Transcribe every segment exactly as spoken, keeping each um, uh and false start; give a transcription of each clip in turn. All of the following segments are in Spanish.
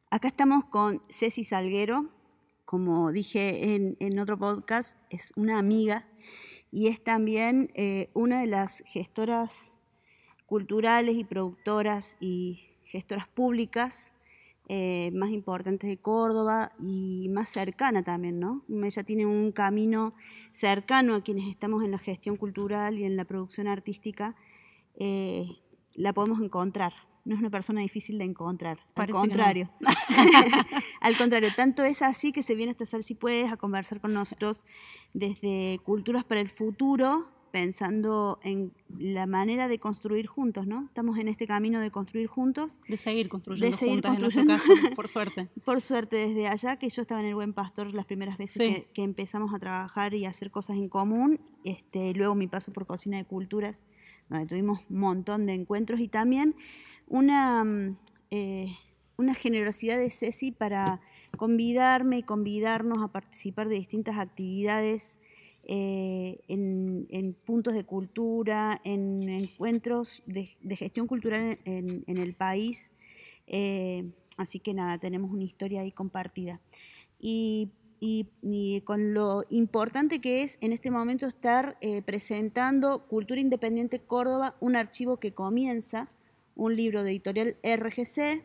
Acá estamos con Ceci Salguero, como dije en, en otro podcast, es una amiga y es también eh, una de las gestoras culturales y productoras y gestoras públicas eh, más importantes de Córdoba y más cercana también, ¿no? Ella tiene un camino cercano a quienes estamos en la gestión cultural y en la producción artística, eh, la podemos encontrar. No es una persona difícil de encontrar, Parece al contrario. No. Al contrario, tanto es así que se viene hasta Sal Si Puedes a conversar con nosotros desde Culturas para el Futuro, pensando en la manera de construir juntos, ¿no? Estamos en este camino de construir juntos. De seguir construyendo de seguir juntas construyendo. En nuestro caso, por suerte. Por suerte, desde allá, que yo estaba en el Buen Pastor las primeras veces sí. que, que empezamos a trabajar y a hacer cosas en común. Este, luego mi paso por Cocina de Culturas, donde tuvimos un montón de encuentros y también una, eh, una generosidad de Ceci para convidarme y convidarnos a participar de distintas actividades eh, en, en puntos de cultura, en encuentros de, de gestión cultural en, en el país. Eh, así que nada, tenemos una historia ahí compartida. Y Y, y con lo importante que es en este momento estar eh, presentando Cultura Independiente Córdoba, un archivo que comienza, un libro de editorial R G C,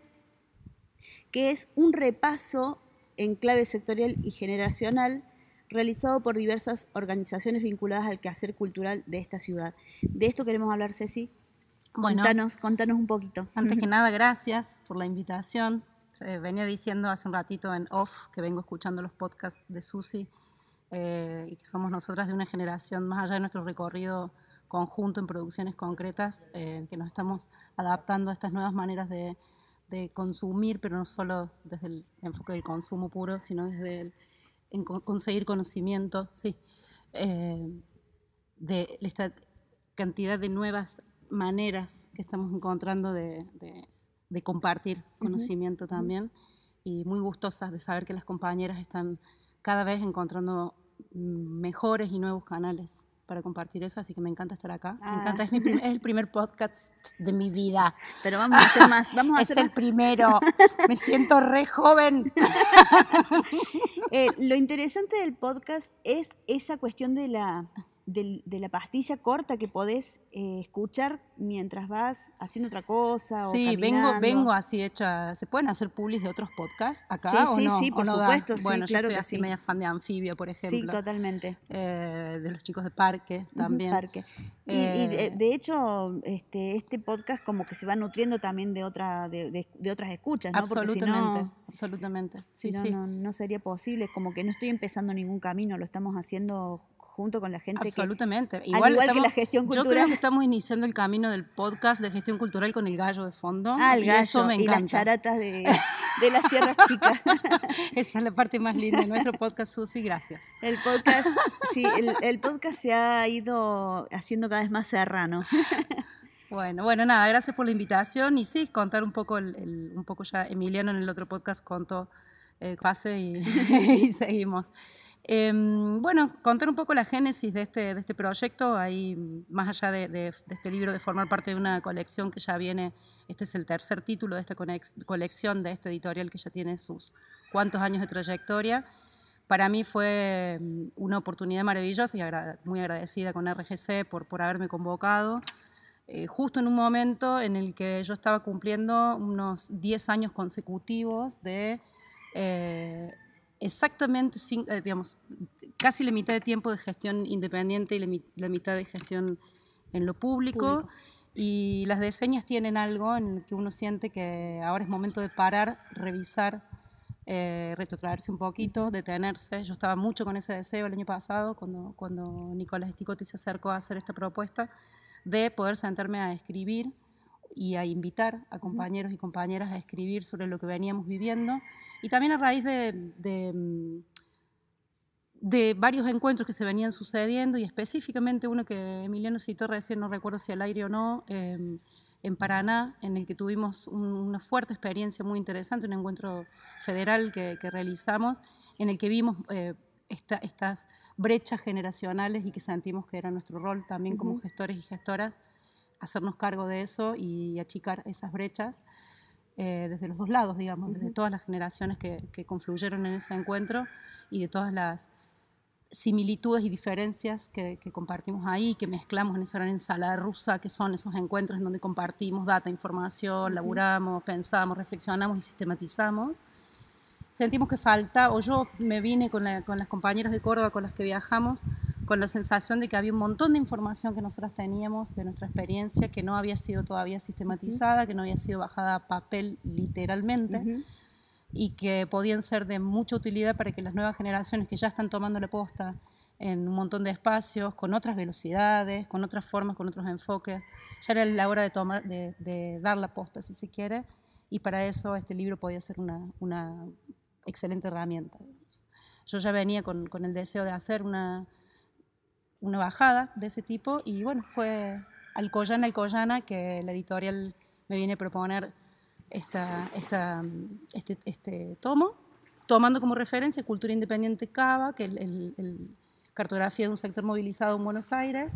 que es un repaso en clave sectorial y generacional realizado por diversas organizaciones vinculadas al quehacer cultural de esta ciudad. De esto queremos hablar, Ceci. Bueno, contanos, contanos un poquito. Antes que nada, gracias por la invitación. Eh, venía diciendo hace un ratito en off que vengo escuchando los podcasts de Susi eh, y que somos nosotras de una generación, más allá de nuestro recorrido conjunto en producciones concretas, eh, que nos estamos adaptando a estas nuevas maneras de, de consumir, pero no solo desde el enfoque del consumo puro, sino desde el en conseguir conocimiento, sí, eh, de esta cantidad de nuevas maneras que estamos encontrando de, de, de compartir conocimiento uh-huh. también, y muy gustosas de saber que las compañeras están cada vez encontrando mejores y nuevos canales para compartir eso, así que me encanta estar acá. Ah. Me encanta, es, mi prim- es el primer podcast de mi vida. Pero vamos a hacer más. Vamos a es hacer el más. primero. Me siento re joven. eh, lo interesante del podcast es esa cuestión de la, de, de la pastilla corta que podés eh, escuchar mientras vas haciendo otra cosa sí, o caminando. vengo, vengo así hecha. ¿Se pueden hacer publis de otros podcasts acá sí, o sí, no? Sí, por no supuesto, sí, bueno, claro yo soy que así sí. media fan de Anfibia, por ejemplo. Sí, totalmente. Eh, de los chicos de Parque también. Uh-huh, Parque. Y, eh, y de, de hecho, este, este podcast como que se va nutriendo también de, otra, de, de, de otras escuchas, ¿no? Absolutamente, Porque si no, absolutamente. Sí, si no, sí. no, no sería posible. Como que no estoy empezando ningún camino, lo estamos haciendo junto con la gente. Absolutamente. Que, igual, al igual estamos, que la gestión cultural. Yo creo que estamos iniciando el camino del podcast de gestión cultural con el gallo de fondo. Ah, el y gallo eso me encanta. Y las charatas de, de las Sierras Chicas. Esa es la parte más linda de nuestro podcast, Susi, gracias. El podcast, sí, el, el podcast se ha ido haciendo cada vez más serrano. Bueno, bueno, nada, gracias por la invitación. Y sí, contar un poco, el, el, un poco ya Emiliano en el otro podcast contó eh, pase y, y seguimos. Eh, bueno, contar un poco la génesis de este, de este proyecto, ahí más allá de, de, de este libro, de formar parte de una colección que ya viene, este es el tercer título de esta colección de este editorial que ya tiene sus cuantos años de trayectoria. Para mí fue una oportunidad maravillosa y agra- muy agradecida con R G C por, por haberme convocado, eh, justo en un momento en el que yo estaba cumpliendo unos diez años consecutivos de... Eh, exactamente, digamos, casi la mitad de tiempo de gestión independiente y la, la mitad de gestión en lo público. público. Y las diseñas tienen algo en el que uno siente que ahora es momento de parar, revisar, eh, retrotraerse un poquito, detenerse. Yo estaba mucho con ese deseo el año pasado, cuando, cuando Nicolás Sticotti se acercó a hacer esta propuesta, de poder sentarme a escribir y a invitar a compañeros y compañeras a escribir sobre lo que veníamos viviendo, y también a raíz de, de, de varios encuentros que se venían sucediendo, y específicamente uno que Emiliano citó recién, no recuerdo si al aire o no, eh, en Paraná, en el que tuvimos un, una fuerte experiencia muy interesante, un encuentro federal que, que realizamos, en el que vimos eh, esta, estas brechas generacionales y que sentimos que era nuestro rol también uh-huh. como gestores y gestoras, hacernos cargo de eso y achicar esas brechas. eh, desde los dos lados, digamos, Uh-huh. desde todas las generaciones que, que confluyeron en ese encuentro y de todas las similitudes y diferencias que, que compartimos ahí, que mezclamos en esa gran ensalada rusa que son esos encuentros en donde compartimos data, información, uh-huh. laburamos, pensamos, reflexionamos y sistematizamos. Sentimos que falta, o yo me vine con, la, con las compañeras de Córdoba con las que viajamos, con la sensación de que había un montón de información que nosotras teníamos de nuestra experiencia que no había sido todavía sistematizada, uh-huh. que no había sido bajada a papel literalmente, uh-huh. y que podían ser de mucha utilidad para que las nuevas generaciones que ya están tomando la posta en un montón de espacios, con otras velocidades, con otras formas, con otros enfoques, ya era la hora de, tomar, de, de dar la posta, si se quiere, y para eso este libro podía ser una, una excelente herramienta. Yo ya venía con, con el deseo de hacer una, una bajada de ese tipo y bueno, fue Alcoyana, Alcoyana que la editorial me viene a proponer esta, esta, este, este tomo, tomando como referencia Cultura Independiente Cava, que es el, el, el cartografía de un sector movilizado en Buenos Aires,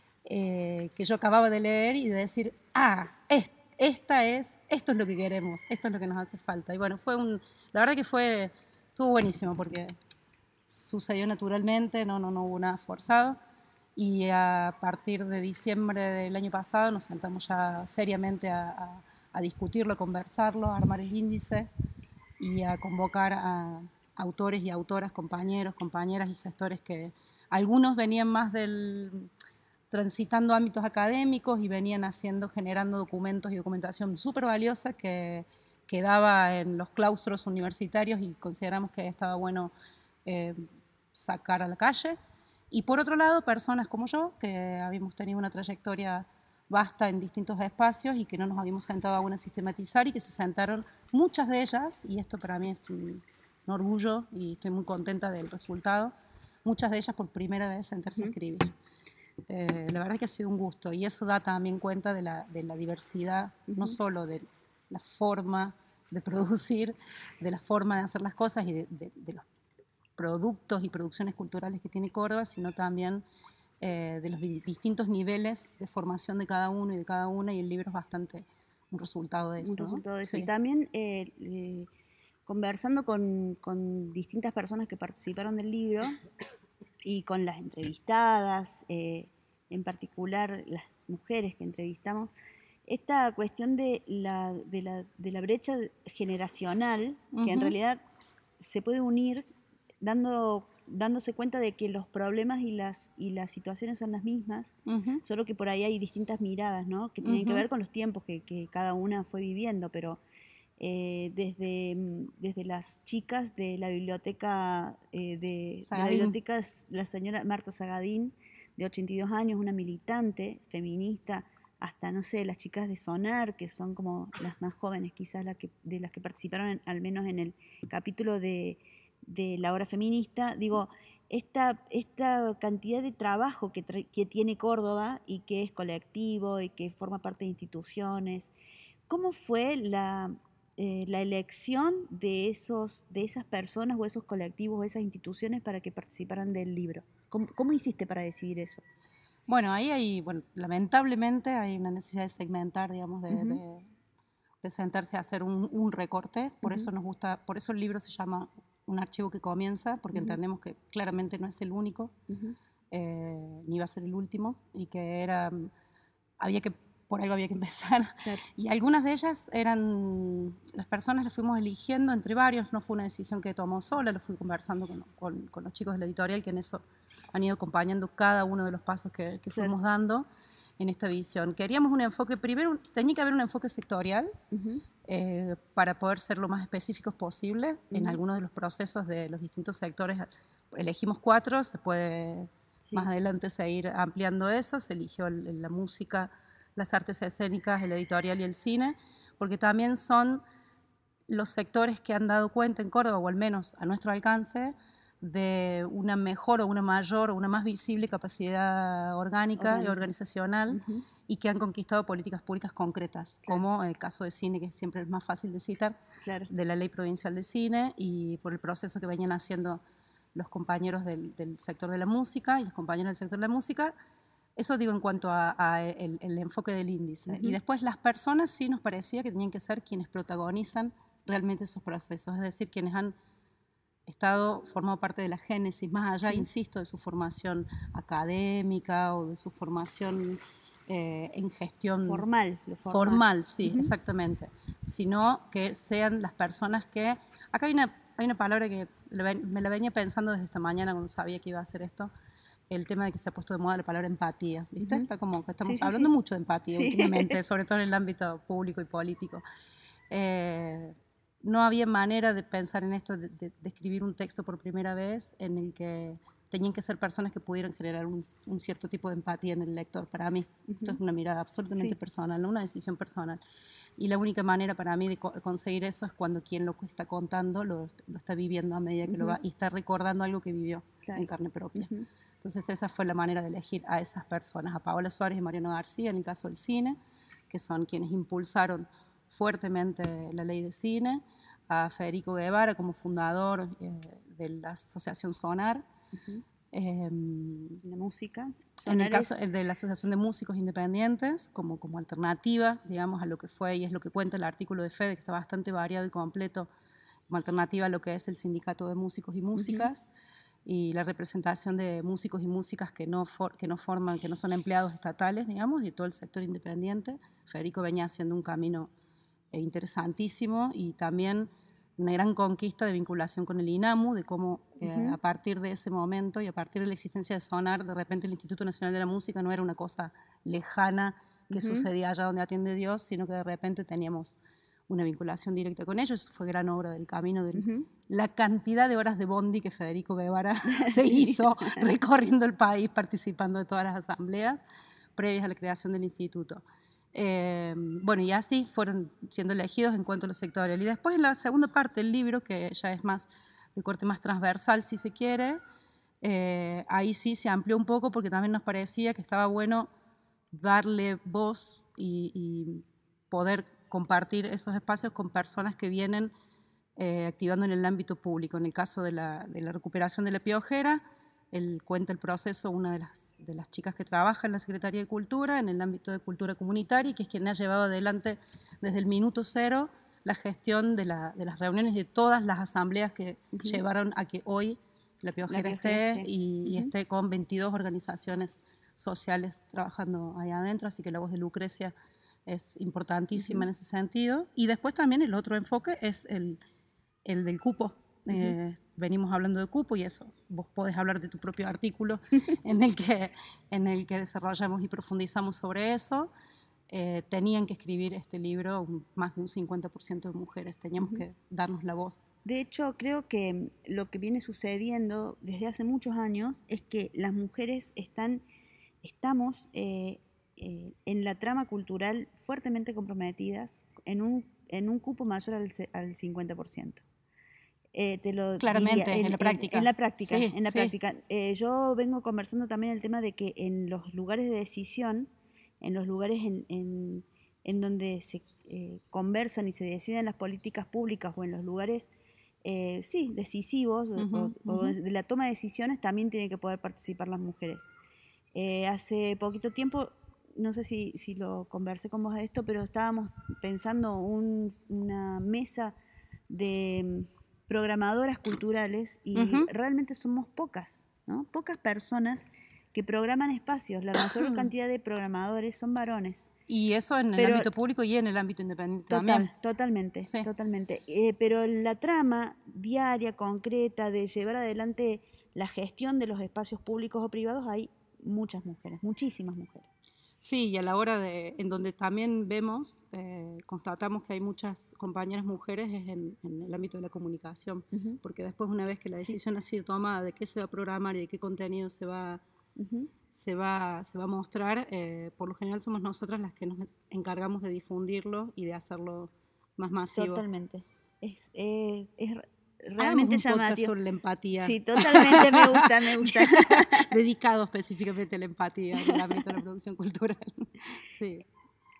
eh, que yo acababa de leer y de decir, ah, es, esta es, esto es lo que queremos, esto es lo que nos hace falta. Y bueno, fue un, la verdad que fue, estuvo buenísimo porque sucedió naturalmente, no, no, no hubo nada forzado. Y a partir de diciembre del año pasado nos sentamos ya seriamente a, a, a discutirlo, a conversarlo, a armar el índice y a convocar a autores y autoras, compañeros, compañeras y gestores que algunos venían más del transitando ámbitos académicos y venían haciendo, generando documentos y documentación súper valiosa que quedaba en los claustros universitarios y consideramos que estaba bueno eh, sacar a la calle. Y por otro lado, personas como yo, que habíamos tenido una trayectoria vasta en distintos espacios y que no nos habíamos sentado aún a sistematizar y que se sentaron muchas de ellas, y esto para mí es un, un orgullo y estoy muy contenta del resultado, muchas de ellas por primera vez sentarse uh-huh. a escribir. Eh, la verdad es que ha sido un gusto y eso da también cuenta de la, de la diversidad, uh-huh. no solo de la forma de producir, de la forma de hacer las cosas y de, de, de los productos y producciones culturales que tiene Córdoba, sino también eh, de los di- distintos niveles de formación de cada uno y de cada una, y el libro es bastante un resultado de eso. Un resultado ¿no? de eso. Sí. Y también eh, eh, conversando con, con distintas personas que participaron del libro y con las entrevistadas, eh, en particular las mujeres que entrevistamos, esta cuestión de la, de la, de la brecha generacional, uh-huh. que en realidad se puede unir dando, dándose cuenta de que los problemas y las, y las situaciones son las mismas, uh-huh. solo que por ahí hay distintas miradas, ¿no? Que tienen uh-huh. que ver con los tiempos que, que cada una fue viviendo, pero eh, desde, desde las chicas de la biblioteca, eh, de, de la biblioteca, la señora Marta Sagadín, de ochenta y dos años, una militante feminista, hasta, no sé, las chicas de Sonar, que son como las más jóvenes quizás la que, de las que participaron, en, al menos en el capítulo de, de la hora feminista. Digo, esta, esta cantidad de trabajo que, tra- que tiene Córdoba y que es colectivo y que forma parte de instituciones, ¿cómo fue la, eh, la elección de, esos, de esas personas o esos colectivos o esas instituciones para que participaran del libro? ¿Cómo, cómo hiciste para decidir eso? Bueno, ahí hay, bueno, lamentablemente hay una necesidad de segmentar, digamos, de, uh-huh. de, de sentarse a hacer un, un recorte. Por uh-huh. eso nos gusta, por eso el libro se llama Un archivo que comienza, porque uh-huh. entendemos que claramente no es el único, uh-huh. eh, ni va a ser el último, y que era, había que, por algo había que empezar. Claro. Y algunas de ellas eran, las personas las fuimos eligiendo entre varios, no fue una decisión que tomó sola, lo fui conversando con, con, con los chicos de la editorial, que en eso han ido acompañando cada uno de los pasos que, que fuimos claro. dando en esta visión. Queríamos un enfoque, primero tenía que haber un enfoque sectorial uh-huh. eh, para poder ser lo más específicos posible uh-huh. en algunos de los procesos de los distintos sectores. Elegimos cuatro, se puede sí. más adelante seguir ampliando eso. Se eligió el, la música, las artes escénicas, el editorial y el cine, porque también son los sectores que han dado cuenta en Córdoba, o al menos a nuestro alcance, de una mejor o una mayor o una más visible capacidad orgánica Orgánica. y organizacional uh-huh. y que han conquistado políticas públicas concretas, claro. como el caso de cine, que siempre es más fácil de citar, claro. de la Ley Provincial de Cine, y por el proceso que venían haciendo los compañeros del, del sector de la música y los compañeros del sector de la música, Eso digo en cuanto a, a el, el enfoque del índice. Uh-huh. Y después las personas sí nos parecía que tenían que ser quienes protagonizan realmente esos procesos, es decir, quienes han estado, formado parte de la génesis, más allá, uh-huh. insisto, de su formación académica o de su formación eh, en gestión formal. Lo formal. formal, sí, uh-huh. exactamente. Sino que sean las personas que... Acá hay una, hay una palabra que me la venía pensando desde esta mañana cuando sabía que iba a hacer esto, el tema de que se ha puesto de moda la palabra empatía, ¿viste? Uh-huh. Está como que estamos sí, sí, hablando sí. mucho de empatía sí. últimamente, sobre todo en el ámbito público y político. Eh, no había manera de pensar en esto, de, de, de escribir un texto por primera vez en el que tenían que ser personas que pudieran generar un, un cierto tipo de empatía en el lector, para mí. Uh-huh. Esto es una mirada absolutamente sí. personal, ¿no? Una decisión personal. Y la única manera para mí de co- conseguir eso es cuando quien lo está contando lo, lo está viviendo a medida que uh-huh. lo va y está recordando algo que vivió claro. en carne propia. Uh-huh. Entonces esa fue la manera de elegir a esas personas, a Paola Suárez y Mariano García, en el caso del cine, que son quienes impulsaron fuertemente la ley de cine, a Federico Guevara como fundador eh, de la Asociación Sonar, uh-huh. eh, la música. En el caso el de la Asociación de Músicos Independientes, como, como alternativa, digamos, a lo que fue, y es lo que cuenta el artículo de Fede, que está bastante variado y completo, como alternativa a lo que es el Sindicato de Músicos y Músicas, uh-huh. y la representación de músicos y músicas que no, for, que no forman, que no son empleados estatales, digamos, y todo el sector independiente. Federico venía haciendo un camino eh, interesantísimo y también una gran conquista de vinculación con el INAMU, de cómo eh, uh-huh. a partir de ese momento y a partir de la existencia de Sonar, de repente el Instituto Nacional de la Música no era una cosa lejana que uh-huh. sucedía allá donde atiende Dios, sino que de repente teníamos una vinculación directa con ellos. Fue gran obra del camino, de uh-huh. la cantidad de horas de bondi que Federico Guevara se hizo recorriendo el país, participando de todas las asambleas previas a la creación del instituto. Eh, bueno, y así fueron siendo elegidos en cuanto a lo sectorial. Y después en la segunda parte del libro, que ya es más de corte más transversal, si se quiere, eh, ahí sí se amplió un poco porque también nos parecía que estaba bueno darle voz y, y poder compartir esos espacios con personas que vienen eh, activando en el ámbito público. En el caso de la, de la recuperación de La Piojera, él cuenta el proceso, una de las, de las chicas que trabaja en la Secretaría de Cultura, en el ámbito de cultura comunitaria, y que es quien ha llevado adelante desde el minuto cero la gestión de, la, de las reuniones de todas las asambleas que uh-huh. llevaron a que hoy La Piojera, la Piojera esté, esté. Y, uh-huh. y esté con veintidós organizaciones sociales trabajando ahí adentro, así que la voz de Lucrecia es importantísima uh-huh. en ese sentido. Y después también el otro enfoque es el, el del cupo. Uh-huh. Eh, venimos hablando de cupo y eso, vos podés hablar de tu propio artículo en, el que, en el que desarrollamos y profundizamos sobre eso. Eh, tenían que escribir este libro un, más de un cincuenta por ciento de mujeres, teníamos uh-huh. que darnos la voz. De hecho, creo que lo que viene sucediendo desde hace muchos años es que las mujeres están, estamos eh, eh, en la trama cultural fuertemente comprometidas en un, en un cupo mayor al, al cincuenta por ciento. Eh, te lo Claramente, diría, en, en la práctica. En, en la práctica, sí, en la sí. práctica. Eh, yo vengo conversando también el tema de que en los lugares de decisión, en los lugares en, en, en donde se eh, conversan y se deciden las políticas públicas o en los lugares, eh, sí, decisivos uh-huh, o, uh-huh. o de la toma de decisiones, también tienen que poder participar las mujeres. Eh, hace poquito tiempo, no sé si, si lo conversé con vos de esto, pero estábamos pensando un, una mesa de programadoras culturales y uh-huh. realmente somos pocas, ¿no? Pocas personas que programan espacios. La mayor cantidad de programadores son varones. Y eso en pero, el ámbito público y en el ámbito independiente total, también. Totalmente, sí. totalmente. Eh, pero la trama diaria, concreta, de llevar adelante la gestión de los espacios públicos o privados, hay muchas mujeres, muchísimas mujeres. Sí, y a la hora de, en donde también vemos, eh, constatamos que hay muchas compañeras mujeres es en, en el ámbito de la comunicación, uh-huh. porque después una vez que la decisión sí. ha sido tomada de qué se va a programar y de qué contenido se va, uh-huh. se va, se va a mostrar, eh, por lo general somos nosotras las que nos encargamos de difundirlo y de hacerlo más masivo. Totalmente. Es, eh, es realmente llamativo. Sobre la empatía. Sí, totalmente, me gusta, me gusta. Dedicado específicamente a la empatía en el ámbito de la producción cultural. Sí.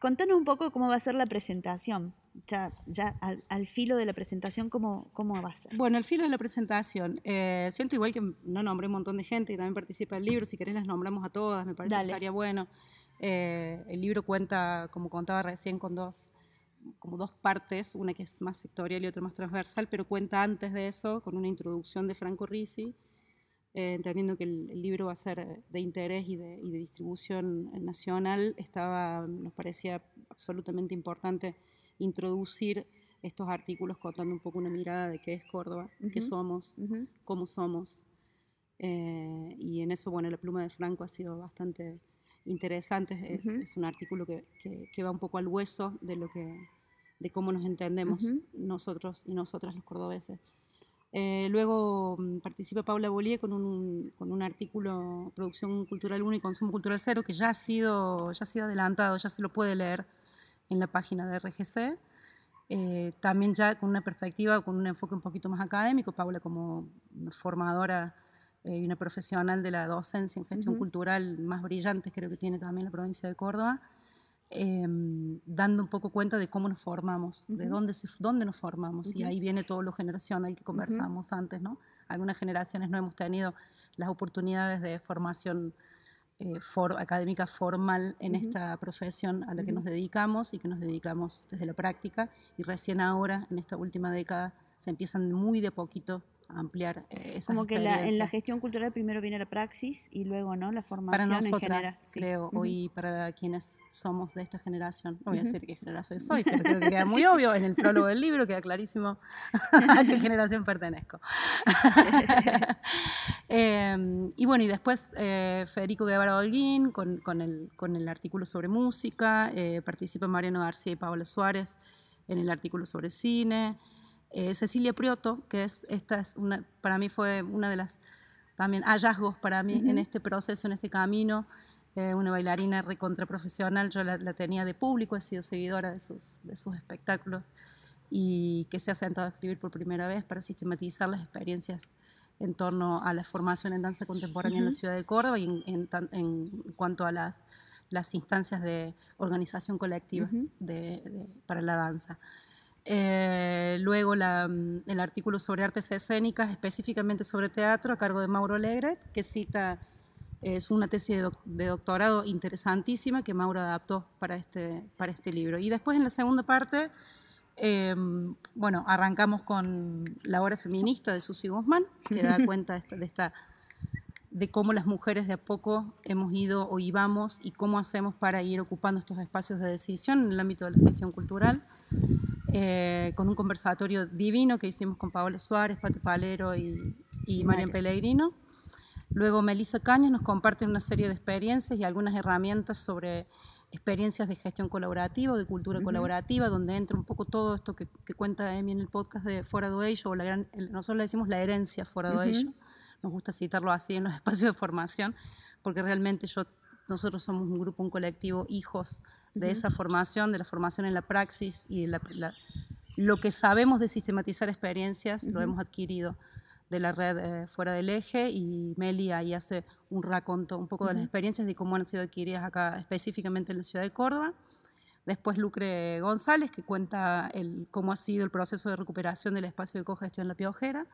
contanos un poco cómo va a ser la presentación. Ya, ya al, al filo de la presentación, ¿cómo, cómo va a ser? Bueno, al filo de la presentación, eh, siento igual que no nombré un montón de gente que también participa del libro, si querés las nombramos a todas, me parece Dale. que estaría bueno. Eh, el libro cuenta, como contaba recién, con dos, como dos partes, una que es más sectorial y otra más transversal, pero cuenta antes de eso con una introducción de Franco Risi, eh, entendiendo que el, el libro va a ser de interés y de, y de distribución nacional. Estaba, nos parecía absolutamente importante introducir estos artículos contando un poco una mirada de qué es Córdoba, uh-huh. qué somos, uh-huh. cómo somos. Eh, y en eso, bueno, la pluma de Franco ha sido bastante interesante. Es, uh-huh. es un artículo que, que, que va un poco al hueso de, lo que, de cómo nos entendemos uh-huh. nosotros y nosotras los cordobeses. Eh, luego um, participa Paula Bollier con un, con un artículo, Producción Cultural uno y Consumo Cultural cero, que ya ha, sido, ya ha sido adelantado, ya se lo puede leer en la página de R G C. Eh, también ya con una perspectiva, con un enfoque un poquito más académico, Paula como formadora eh, y una profesional de la docencia en gestión uh-huh. cultural más brillante, creo que tiene también la provincia de Córdoba, eh, dando un poco cuenta de cómo nos formamos, uh-huh. de dónde, se, dónde nos formamos, uh-huh. y ahí viene todo lo generacional que conversamos uh-huh. antes, ¿no? Algunas generaciones no hemos tenido las oportunidades de formación Eh, for, académica formal en uh-huh. esta profesión a la que uh-huh. nos dedicamos y que nos dedicamos desde la práctica, y recién ahora, en esta última década, se empiezan muy de poquito a ampliar eh, esas Como que la, en la gestión cultural primero viene la praxis y luego, ¿no?, la formación. Para nosotras, en general, creo, sí. hoy uh-huh. para quienes somos de esta generación, no voy uh-huh. a decir qué generación soy, pero creo que queda muy obvio, en el prólogo del libro queda clarísimo a qué generación pertenezco. eh, y bueno, y después eh, Federico Guevara Holguín con, con, el, con el artículo sobre música, eh, participa Mariano García y Paola Suárez en el artículo sobre cine, eh, Cecilia Prioto, que es, esta es una, para mí fue una de las también hallazgos para mí uh-huh. en este proceso, en este camino, eh, una bailarina recontraprofesional. Yo la, la tenía de público, he sido seguidora de sus, de sus espectáculos, y que se ha sentado a escribir por primera vez para sistematizar las experiencias en torno a la formación en danza contemporánea uh-huh. en la ciudad de Córdoba y en, en, en cuanto a las, las instancias de organización colectiva uh-huh. de, de, para la danza. Eh, luego la, el artículo sobre artes escénicas, específicamente sobre teatro, a cargo de Mauro Legret, que cita, es una tesis de, doc, de doctorado interesantísima que Mauro adaptó para este, para este libro. Y después en la segunda parte, eh, bueno, arrancamos con la obra feminista de Susi Guzmán, que da cuenta de esta, de esta de cómo las mujeres de a poco hemos ido o íbamos y cómo hacemos para ir ocupando estos espacios de decisión en el ámbito de la gestión cultural. Eh, con un conversatorio divino que hicimos con Paola Suárez, Pati Palero y, y Marian Pellegrino. Luego Melissa Cañas nos comparte una serie de experiencias y algunas herramientas sobre experiencias de gestión colaborativa o de cultura uh-huh. colaborativa, donde entra un poco todo esto que, que cuenta Emi en el podcast de Fora do Eixo, o la gran, el, nosotros le decimos la herencia Fora do Eixo, uh-huh. nos gusta citarlo así en los espacios de formación, porque realmente yo, nosotros somos un grupo, un colectivo, hijos de esa formación, de la formación en la praxis y de la, la, lo que sabemos de sistematizar experiencias uh-huh. lo hemos adquirido de la red eh, Fuera del Eje, y Meli ahí hace un raconto un poco uh-huh. de las experiencias de cómo han sido adquiridas acá, específicamente en la ciudad de Córdoba. Después Lucre González, que cuenta el, cómo ha sido el proceso de recuperación del espacio de cogestión La Piojera.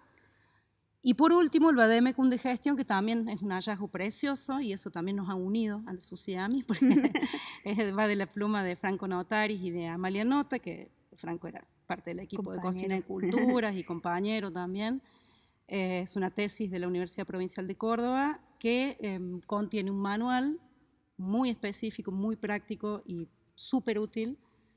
Y por último, el Vademecum de gestión, que también es un hallazgo precioso, y eso también nos ha unido a la Susi y a mí, porque va de la pluma de Franco Notaris y de Amalia Nota, que Franco era parte del equipo compañero. de Cocina y Culturas y compañero también. Eh, es una tesis de la Universidad Provincial de Córdoba que eh, contiene un manual muy específico, muy práctico y súper útil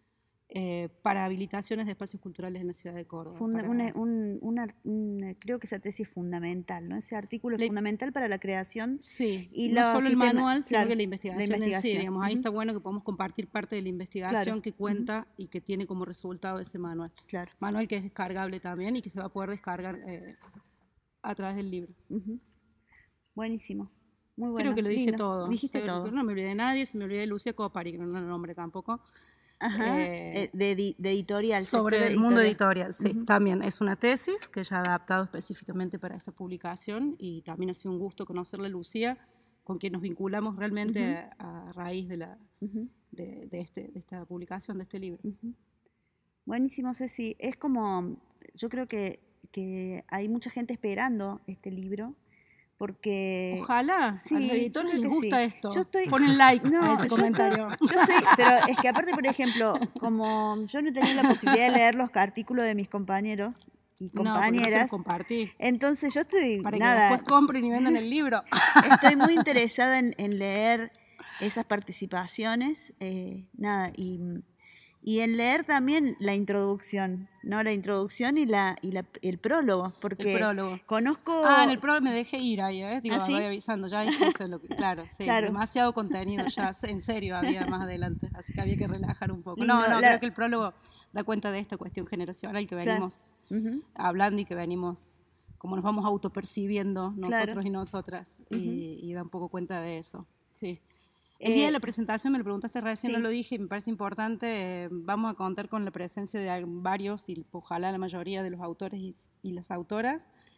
Eh, para habilitaciones de espacios culturales en la ciudad de Córdoba. Funda, para... una, un, una, una, creo que esa tesis es fundamental, ¿no? Ese artículo es le... fundamental para la creación. Sí, y no solo el manual, claro, sino que la investigación, la investigación en sí. Digamos, uh-huh. Ahí está bueno que podamos compartir parte de la investigación claro. que cuenta uh-huh. y que tiene como resultado ese manual. Claro. Manual que es descargable también y que se va a poder descargar eh, a través del libro. Uh-huh. Buenísimo. Muy bueno. Creo que lo dije lindo. todo. Dijiste Pero, todo. No me olvidé de nadie, se me olvidé de Lucia Copari, que no la nombré tampoco. Ajá, eh, de, de editorial. Sobre el mundo editorial, sí. Uh-huh. También es una tesis que ella ha adaptado específicamente para esta publicación, y también ha sido un gusto conocerla a Lucía, con quien nos vinculamos realmente uh-huh. a, a raíz de la, uh-huh. de, de, este, de esta publicación, de este libro. Uh-huh. Buenísimo, Ceci. Es como, yo creo que, que hay mucha gente esperando este libro, porque... Ojalá, sí, a los editores les gusta sí. esto. Yo estoy, Ponen like no, a ese yo comentario. Estoy, yo estoy, pero es que aparte, por ejemplo, como yo no tenía la posibilidad de leer los artículos de mis compañeros y compañeras, no, no entonces yo estoy, para nada, que después compren y vendan el libro. Estoy muy interesada en, en leer esas participaciones, eh, nada, y... Y en leer también la introducción, ¿no? La introducción y, la, y la, el prólogo, porque el prólogo. conozco... Ah, en el prólogo me dejé ir ahí, ¿eh? Digo, ¿Ah, sí? voy avisando, ya puse lo que... Claro, sí, claro. Demasiado contenido ya, en serio, había más adelante, así que había que relajar un poco. Lindo, no, no, la... creo que el prólogo da cuenta de esta cuestión generacional que venimos claro. uh-huh. hablando y que venimos, como nos vamos autopercibiendo nosotros claro. y nosotras, uh-huh. y, y da un poco cuenta de eso, sí. El día de la presentación, me lo preguntaste recién, sí. no lo dije, y me parece importante, eh, vamos a contar con la presencia de varios, y ojalá la mayoría de los autores y, y las autoras,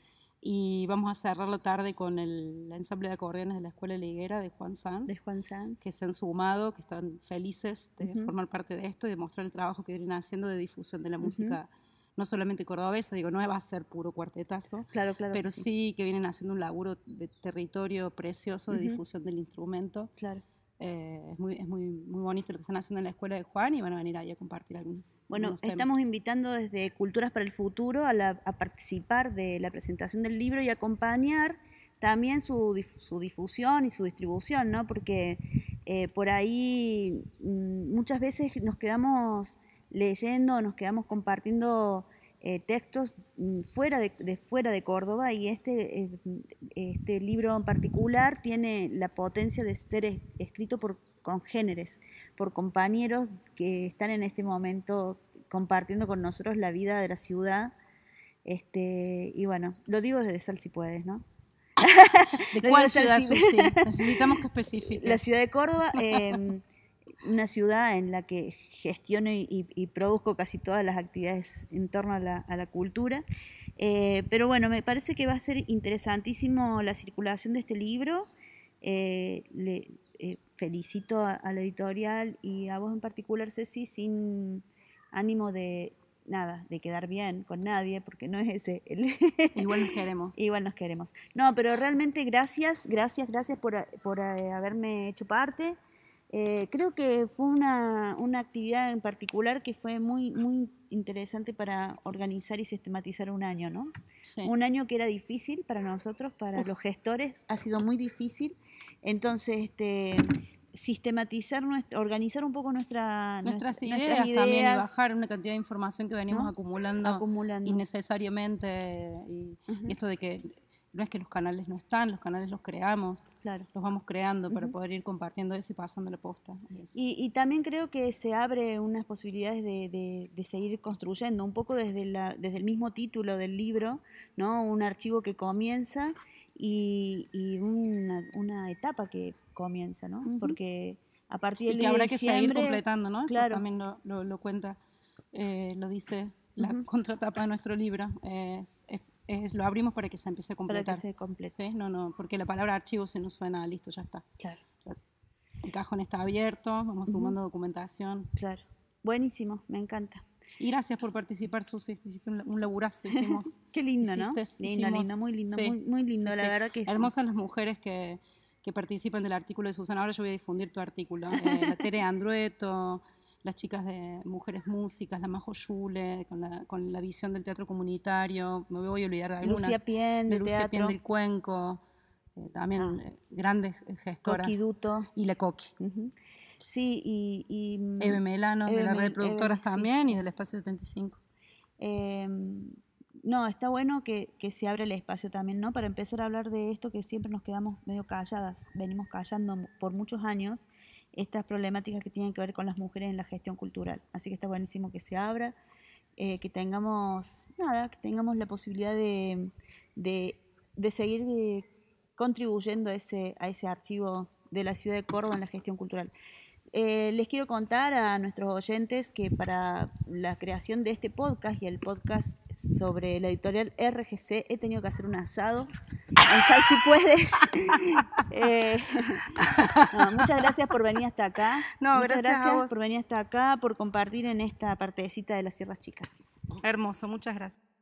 y vamos a cerrar la tarde con el, el ensamble de acordeones de la Escuela Liguera de Juan Sanz, de Juan Sanz, que se han sumado, que están felices de uh-huh. formar parte de esto y de mostrar el trabajo que vienen haciendo de difusión de la uh-huh. música, no solamente cordobesa, digo, no va a ser puro cuartetazo, claro, claro, pero sí. sí que vienen haciendo un laburo de territorio precioso de uh-huh. difusión del instrumento. Claro. Eh, es muy, es muy, muy bonito lo que están haciendo en la Escuela de Juan y van a venir ahí a compartir algunos. Bueno, algunos estamos invitando desde Culturas para el Futuro a, la, a participar de la presentación del libro y acompañar también su, su difusión y su distribución, ¿no? Porque eh, por ahí muchas veces nos quedamos leyendo, nos quedamos compartiendo eh, textos fuera de, de, fuera de Córdoba, y este, eh, este libro en particular tiene la potencia de ser escrito por congéneres, por compañeros que están en este momento compartiendo con nosotros la vida de la ciudad. Este, y bueno, lo digo desde Sal si puedes, ¿no? ¿De cuál ciudad, Susi? Necesitamos que especifiques. La ciudad de Córdoba, eh, una ciudad en la que gestiono y, y, y produzco casi todas las actividades en torno a la, a la cultura. Eh, pero bueno, me parece que va a ser interesantísimo la circulación de este libro. Eh, le, eh, felicito a, a la editorial y a vos en particular, Ceci, sin ánimo de nada, de quedar bien con nadie, porque no es ese. El Igual nos queremos. Igual nos queremos. No, pero realmente gracias, gracias, gracias por, por eh, haberme hecho parte. Eh, creo que fue una, una actividad en particular que fue muy, muy interesante para organizar y sistematizar un año, ¿no? Sí. Un año que era difícil para nosotros, para Uf. los gestores, ha sido muy difícil. Entonces, este, sistematizar, nuestra, organizar un poco nuestra, nuestras, nuestra, ideas, nuestras ideas también, y bajar una cantidad de información que venimos ¿no? acumulando, acumulando innecesariamente. Y, uh-huh. y esto de que no es que los canales no están, los canales los creamos, claro. los vamos creando uh-huh. para poder ir compartiendo eso y pasando la posta. Y, y también creo que se abre unas posibilidades de, de, de seguir construyendo, un poco desde, la, desde el mismo título del libro, ¿no? Un archivo que comienza y, y una, una etapa que comienza, ¿no? Uh-huh. Porque a partir del y que habrá que diciembre, seguir completando, ¿no? Claro. Eso también lo, lo, lo cuenta, eh, lo dice la uh-huh. contratapa de nuestro libro. Es, es, es, lo abrimos para que se empiece a completar. Para que se complete. ¿Sí? No, no, porque la palabra archivo se nos suena, listo, ya está. Claro. El cajón está abierto, vamos uh-huh. sumando documentación. Claro. Buenísimo, me encanta. Y gracias por participar, Susi. Hiciste un, un laburazo, hicimos. Qué lindo, hiciste, ¿no? Lindo, hicimos, lindo, muy lindo, sí, muy, muy lindo, sí, la sí. verdad que Hermosas sí. las mujeres que, que participan del artículo de Susana. Ahora yo voy a difundir tu artículo. Eh, la Tere Andrueto, las chicas de Mujeres Músicas, la Majo Yule, con la, con la visión del teatro comunitario. Me voy a olvidar de algunas. Lucía Pien, de de Lucía teatro. Pien del Cuenco. Eh, también Ah. eh, grandes gestoras. Coquiduto. Y la Coqui. Uh-huh. Sí, y... y Eve Melano, Eve de la red de Mel- productoras Eve, también, sí. y del Espacio setenta y cinco. Eh, no, está bueno que, que se abra el espacio también, ¿no? Para empezar a hablar de esto que siempre nos quedamos medio calladas, venimos callando por muchos años estas problemáticas que tienen que ver con las mujeres en la gestión cultural. Así que está buenísimo que se abra, eh, que tengamos, nada, que tengamos la posibilidad de, de, de seguir eh, contribuyendo a ese, a ese archivo de la ciudad de Córdoba en la gestión cultural. Eh, les quiero contar a nuestros oyentes que para la creación de este podcast y el podcast sobre la editorial R G C he tenido que hacer un asado. Sal si puedes. eh, no, muchas gracias por venir hasta acá. No, muchas gracias, gracias a vos. por venir hasta acá, por compartir en esta partecita de las Sierras Chicas. Hermoso, muchas gracias.